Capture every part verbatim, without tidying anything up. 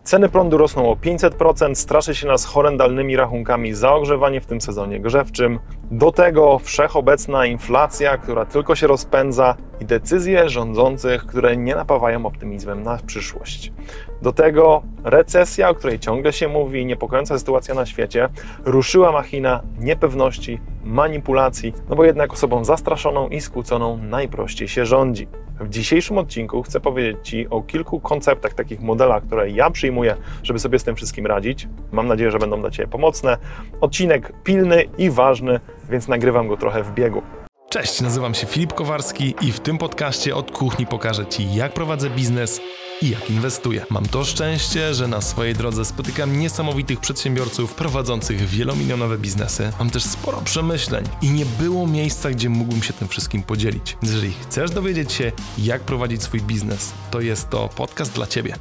Ceny prądu rosną o pięćset procent, straszy się nas horrendalnymi rachunkami za ogrzewanie w tym sezonie grzewczym. Do tego wszechobecna inflacja, która tylko się rozpędza i decyzje rządzących, które nie napawają optymizmem na przyszłość. Do tego recesja, o której ciągle się mówi, niepokojąca sytuacja na świecie, ruszyła machina niepewności, manipulacji, no bo jednak osobą zastraszoną i skłóconą najprościej się rządzi. W dzisiejszym odcinku chcę powiedzieć Ci o kilku konceptach, takich modelach, które ja przyjmuję, żeby sobie z tym wszystkim radzić. Mam nadzieję, że będą dla Ciebie pomocne. Odcinek pilny i ważny, więc nagrywam go trochę w biegu. Cześć, nazywam się Filip Kowarski i w tym podcaście od kuchni pokażę Ci, jak prowadzę biznes i jak inwestuję. Mam to szczęście, że na swojej drodze spotykam niesamowitych przedsiębiorców prowadzących wielomilionowe biznesy. Mam też sporo przemyśleń i nie było miejsca, gdzie mógłbym się tym wszystkim podzielić. Jeżeli chcesz dowiedzieć się, jak prowadzić swój biznes, to jest to podcast dla Ciebie.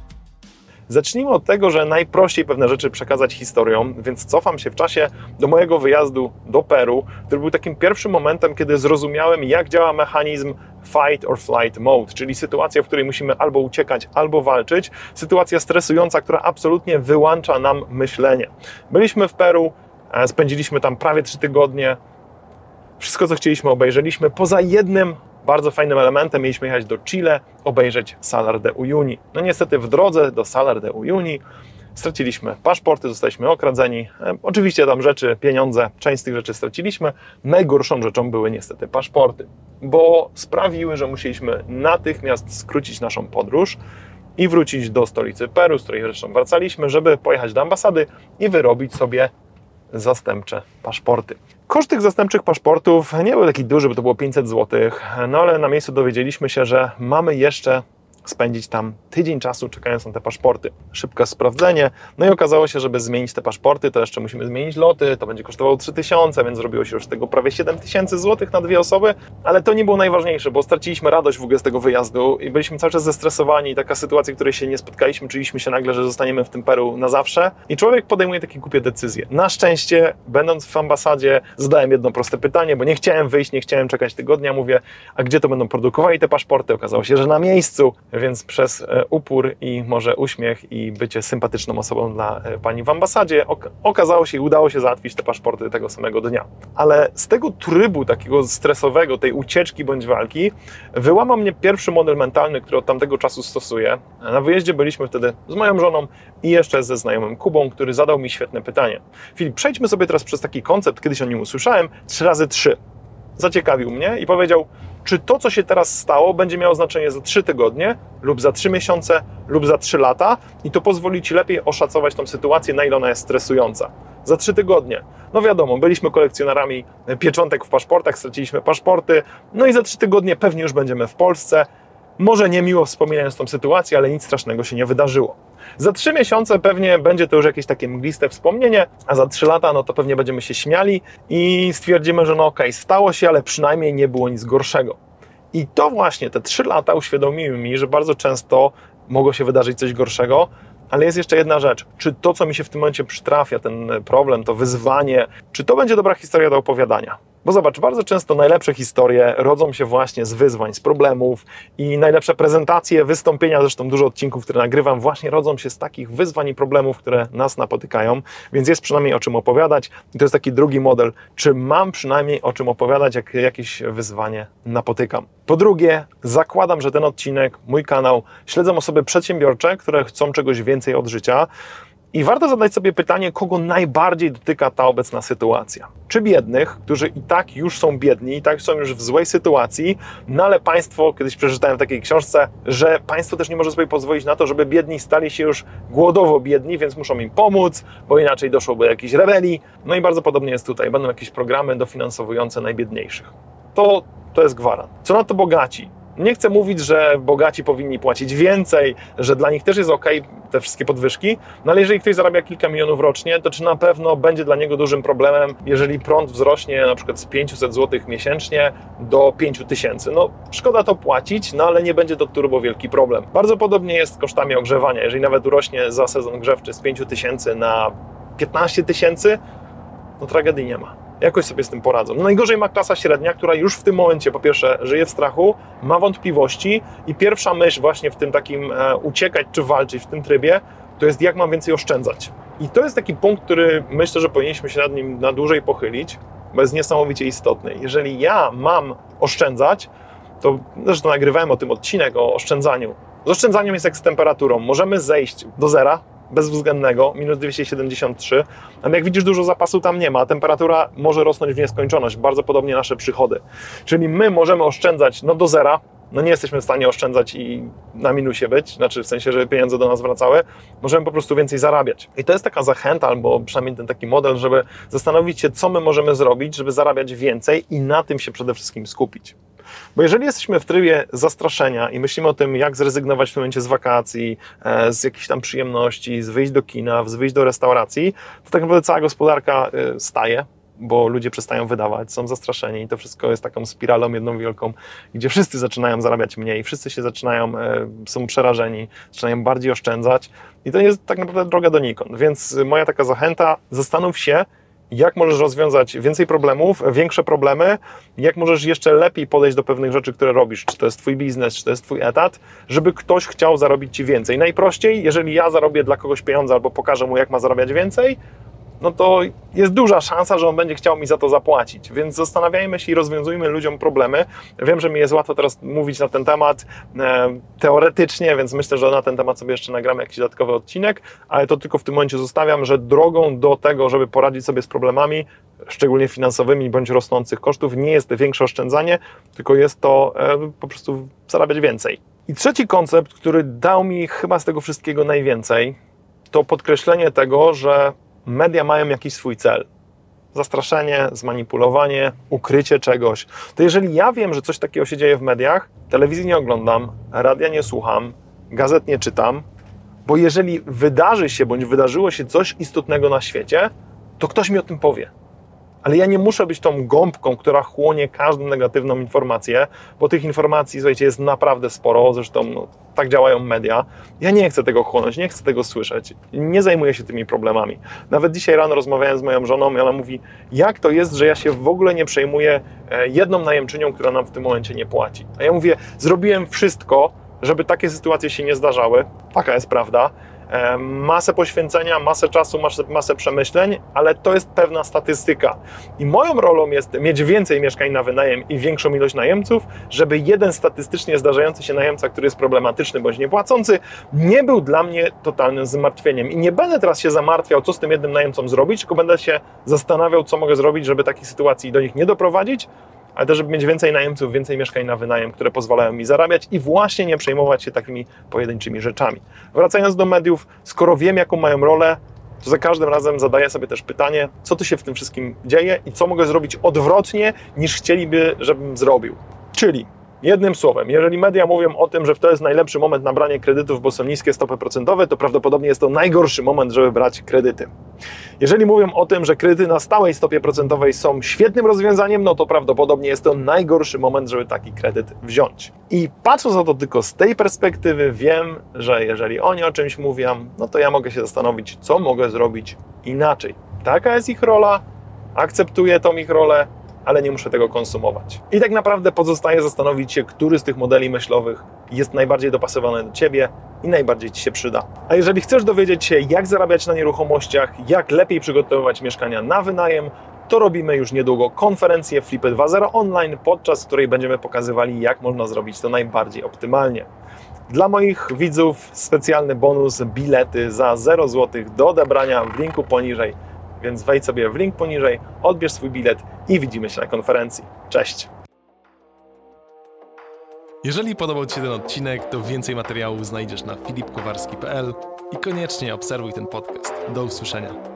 Zacznijmy od tego, że najprościej pewne rzeczy przekazać historią, więc cofam się w czasie do mojego wyjazdu do Peru, który był takim pierwszym momentem, kiedy zrozumiałem, jak działa mechanizm fight or flight mode, czyli sytuacja, w której musimy albo uciekać, albo walczyć. Sytuacja stresująca, która absolutnie wyłącza nam myślenie. Byliśmy w Peru, spędziliśmy tam prawie trzy tygodnie. Wszystko, co chcieliśmy, obejrzeliśmy. Poza jednym bardzo fajnym elementem mieliśmy jechać do Chile, obejrzeć Salar de Uyuni. No niestety w drodze do Salar de Uyuni straciliśmy paszporty, zostaliśmy okradzeni. E, oczywiście tam rzeczy, pieniądze, część z tych rzeczy straciliśmy. Najgorszą rzeczą były niestety paszporty, bo sprawiły, że musieliśmy natychmiast skrócić naszą podróż i wrócić do stolicy Peru, z której zresztą wracaliśmy, żeby pojechać do ambasady i wyrobić sobie zastępcze paszporty. Koszt tych zastępczych paszportów nie był taki duży, bo to było pięćset złotych, no ale na miejscu dowiedzieliśmy się, że mamy jeszcze spędzić tam tydzień czasu czekając na te paszporty. Szybkie sprawdzenie, no i okazało się, żeby zmienić te paszporty, to jeszcze musimy zmienić loty, to będzie kosztowało trzy tysiące, więc zrobiło się już z tego prawie siedem tysięcy złotych na dwie osoby, ale to nie było najważniejsze, bo straciliśmy radość w ogóle z tego wyjazdu i byliśmy cały czas zestresowani i taka sytuacja, w której się nie spotkaliśmy, czuliśmy się nagle, że zostaniemy w tym Peru na zawsze i człowiek podejmuje takie głupie decyzje. Na szczęście, będąc w ambasadzie, zadałem jedno proste pytanie, bo nie chciałem wyjść, nie chciałem czekać tygodnia, mówię, a gdzie to będą produkowali te paszporty? Okazało się, że na miejscu. Więc przez upór i może uśmiech i bycie sympatyczną osobą dla pani w ambasadzie okazało się i udało się załatwić te paszporty tego samego dnia. Ale z tego trybu takiego stresowego, tej ucieczki bądź walki, wyłamał mnie pierwszy model mentalny, który od tamtego czasu stosuję. Na wyjeździe byliśmy wtedy z moją żoną i jeszcze ze znajomym Kubą, który zadał mi świetne pytanie. Filip, przejdźmy sobie teraz przez taki koncept, kiedyś o nim usłyszałem, trzy razy trzy. Zaciekawił mnie i powiedział, czy to, co się teraz stało, będzie miało znaczenie za trzy tygodnie, lub za trzy miesiące, lub za trzy lata i to pozwoli Ci lepiej oszacować tą sytuację, na ile ona jest stresująca. Za trzy tygodnie. No wiadomo, byliśmy kolekcjonerami pieczątek w paszportach, straciliśmy paszporty, no i za trzy tygodnie pewnie już będziemy w Polsce. Może nie miło wspominając tą sytuację, ale nic strasznego się nie wydarzyło. Za trzy miesiące pewnie będzie to już jakieś takie mgliste wspomnienie, a za trzy lata no to pewnie będziemy się śmiali i stwierdzimy, że no okej, stało się, ale przynajmniej nie było nic gorszego. I to właśnie te trzy lata uświadomiły mi, że bardzo często mogło się wydarzyć coś gorszego, ale jest jeszcze jedna rzecz. Czy to, co mi się w tym momencie przytrafia, ten problem, to wyzwanie, czy to będzie dobra historia do opowiadania? Bo zobacz, bardzo często najlepsze historie rodzą się właśnie z wyzwań, z problemów i najlepsze prezentacje, wystąpienia, zresztą dużo odcinków, które nagrywam, właśnie rodzą się z takich wyzwań i problemów, które nas napotykają, więc jest przynajmniej o czym opowiadać i to jest taki drugi model, czy mam przynajmniej o czym opowiadać, jak jakieś wyzwanie napotykam. Po drugie, zakładam, że ten odcinek, mój kanał, śledzą osoby przedsiębiorcze, które chcą czegoś więcej od życia. I warto zadać sobie pytanie, kogo najbardziej dotyka ta obecna sytuacja. Czy biednych, którzy i tak już są biedni, i tak są już w złej sytuacji, no ale państwo, kiedyś przeczytałem w takiej książce, że państwo też nie może sobie pozwolić na to, żeby biedni stali się już głodowo biedni, więc muszą im pomóc, bo inaczej doszłoby do jakiejś rebelii. No i bardzo podobnie jest tutaj. Będą jakieś programy dofinansowujące najbiedniejszych. To, to jest gwarant. Co na to bogaci? Nie chcę mówić, że bogaci powinni płacić więcej, że dla nich też jest ok te wszystkie podwyżki, no ale jeżeli ktoś zarabia kilka milionów rocznie, to czy na pewno będzie dla niego dużym problemem, jeżeli prąd wzrośnie na przykład z pięćset złotych miesięcznie do pięć tysięcy? No szkoda to płacić, no ale nie będzie to turbo wielki problem. Bardzo podobnie jest z kosztami ogrzewania. Jeżeli nawet urośnie za sezon grzewczy z pięć tysięcy na piętnaście tysięcy, no tragedii nie ma. Jakoś sobie z tym poradzą. No najgorzej ma klasa średnia, która już w tym momencie po pierwsze żyje w strachu, ma wątpliwości i pierwsza myśl właśnie w tym takim e, uciekać czy walczyć w tym trybie to jest jak mam więcej oszczędzać. I to jest taki punkt, który myślę, że powinniśmy się nad nim na dłużej pochylić, bo jest niesamowicie istotny. Jeżeli ja mam oszczędzać, to zresztą nagrywałem o tym odcinek, o oszczędzaniu. Z oszczędzaniem jest jak z temperaturą. Możemy zejść do zera, bezwzględnego, minus dwieście siedemdziesiąt trzy, a jak widzisz, dużo zapasu tam nie ma, a temperatura może rosnąć w nieskończoność, bardzo podobnie nasze przychody. Czyli my możemy oszczędzać no do zera, no nie jesteśmy w stanie oszczędzać i na minusie być, znaczy w sensie, żeby pieniądze do nas wracały, możemy po prostu więcej zarabiać. I to jest taka zachęta, albo przynajmniej ten taki model, żeby zastanowić się, co my możemy zrobić, żeby zarabiać więcej i na tym się przede wszystkim skupić. Bo jeżeli jesteśmy w trybie zastraszenia i myślimy o tym, jak zrezygnować w tym momencie z wakacji, z jakichś tam przyjemności, z wyjść do kina, z wyjść do restauracji, to tak naprawdę cała gospodarka staje, bo ludzie przestają wydawać, są zastraszeni i to wszystko jest taką spiralą jedną wielką, gdzie wszyscy zaczynają zarabiać mniej, wszyscy się zaczynają, są przerażeni, zaczynają bardziej oszczędzać i to jest tak naprawdę droga donikąd. Więc moja taka zachęta, zastanów się, jak możesz rozwiązać więcej problemów, większe problemy, jak możesz jeszcze lepiej podejść do pewnych rzeczy, które robisz, czy to jest twój biznes, czy to jest twój etat, żeby ktoś chciał zarobić ci więcej. Najprościej, jeżeli ja zarobię dla kogoś pieniądze albo pokażę mu, jak ma zarabiać więcej, no to jest duża szansa, że on będzie chciał mi za to zapłacić. Więc zastanawiajmy się i rozwiązujmy ludziom problemy. Wiem, że mi jest łatwo teraz mówić na ten temat e, teoretycznie, więc myślę, że na ten temat sobie jeszcze nagramy jakiś dodatkowy odcinek, ale to tylko w tym momencie zostawiam, że drogą do tego, żeby poradzić sobie z problemami, szczególnie finansowymi bądź rosnących kosztów, nie jest większe oszczędzanie, tylko jest to e, po prostu zarabiać więcej. I trzeci koncept, który dał mi chyba z tego wszystkiego najwięcej, to podkreślenie tego, że media mają jakiś swój cel. Zastraszenie, zmanipulowanie, ukrycie czegoś. To jeżeli ja wiem, że coś takiego się dzieje w mediach, telewizji nie oglądam, radia nie słucham, gazet nie czytam, bo jeżeli wydarzy się, bądź wydarzyło się coś istotnego na świecie, to ktoś mi o tym powie. Ale ja nie muszę być tą gąbką, która chłonie każdą negatywną informację, bo tych informacji, słuchajcie, jest naprawdę sporo, zresztą no, tak działają media. Ja nie chcę tego chłonąć, nie chcę tego słyszeć, nie zajmuję się tymi problemami. Nawet dzisiaj rano rozmawiałem z moją żoną i ona mówi, jak to jest, że ja się w ogóle nie przejmuję jedną najemczynią, która nam w tym momencie nie płaci. A ja mówię, zrobiłem wszystko, żeby takie sytuacje się nie zdarzały, taka jest prawda. Masę poświęcenia, masę czasu, masę, masę przemyśleń, ale to jest pewna statystyka. I moją rolą jest mieć więcej mieszkań na wynajem i większą ilość najemców, żeby jeden statystycznie zdarzający się najemca, który jest problematyczny bądź niepłacący, nie był dla mnie totalnym zmartwieniem. I nie będę teraz się zamartwiał, co z tym jednym najemcą zrobić, tylko będę się zastanawiał, co mogę zrobić, żeby takich sytuacji do nich nie doprowadzić, ale też, żeby mieć więcej najemców, więcej mieszkań na wynajem, które pozwalają mi zarabiać i właśnie nie przejmować się takimi pojedynczymi rzeczami. Wracając do mediów, skoro wiem, jaką mają rolę, to za każdym razem zadaję sobie też pytanie, co tu się w tym wszystkim dzieje i co mogę zrobić odwrotnie, niż chcieliby, żebym zrobił. Czyli jednym słowem, jeżeli media mówią o tym, że to jest najlepszy moment na branie kredytów, bo są niskie stopy procentowe, to prawdopodobnie jest to najgorszy moment, żeby brać kredyty. Jeżeli mówią o tym, że kredyty na stałej stopie procentowej są świetnym rozwiązaniem, no to prawdopodobnie jest to najgorszy moment, żeby taki kredyt wziąć. I patrząc na to tylko z tej perspektywy, wiem, że jeżeli oni o czymś mówią, no to ja mogę się zastanowić, co mogę zrobić inaczej. Taka jest ich rola, akceptuję tą ich rolę, ale nie muszę tego konsumować. I tak naprawdę pozostaje zastanowić się, który z tych modeli myślowych jest najbardziej dopasowany do Ciebie i najbardziej Ci się przyda. A jeżeli chcesz dowiedzieć się, jak zarabiać na nieruchomościach, jak lepiej przygotowywać mieszkania na wynajem, to robimy już niedługo konferencję Flipy dwa zero online, podczas której będziemy pokazywali, jak można zrobić to najbardziej optymalnie. Dla moich widzów specjalny bonus, bilety za zero złotych do odebrania w linku poniżej. Więc wejdź sobie w link poniżej, odbierz swój bilet i widzimy się na konferencji. Cześć! Jeżeli podobał Ci się ten odcinek, to więcej materiałów znajdziesz na filip kowarski kropka p l i koniecznie obserwuj ten podcast. Do usłyszenia.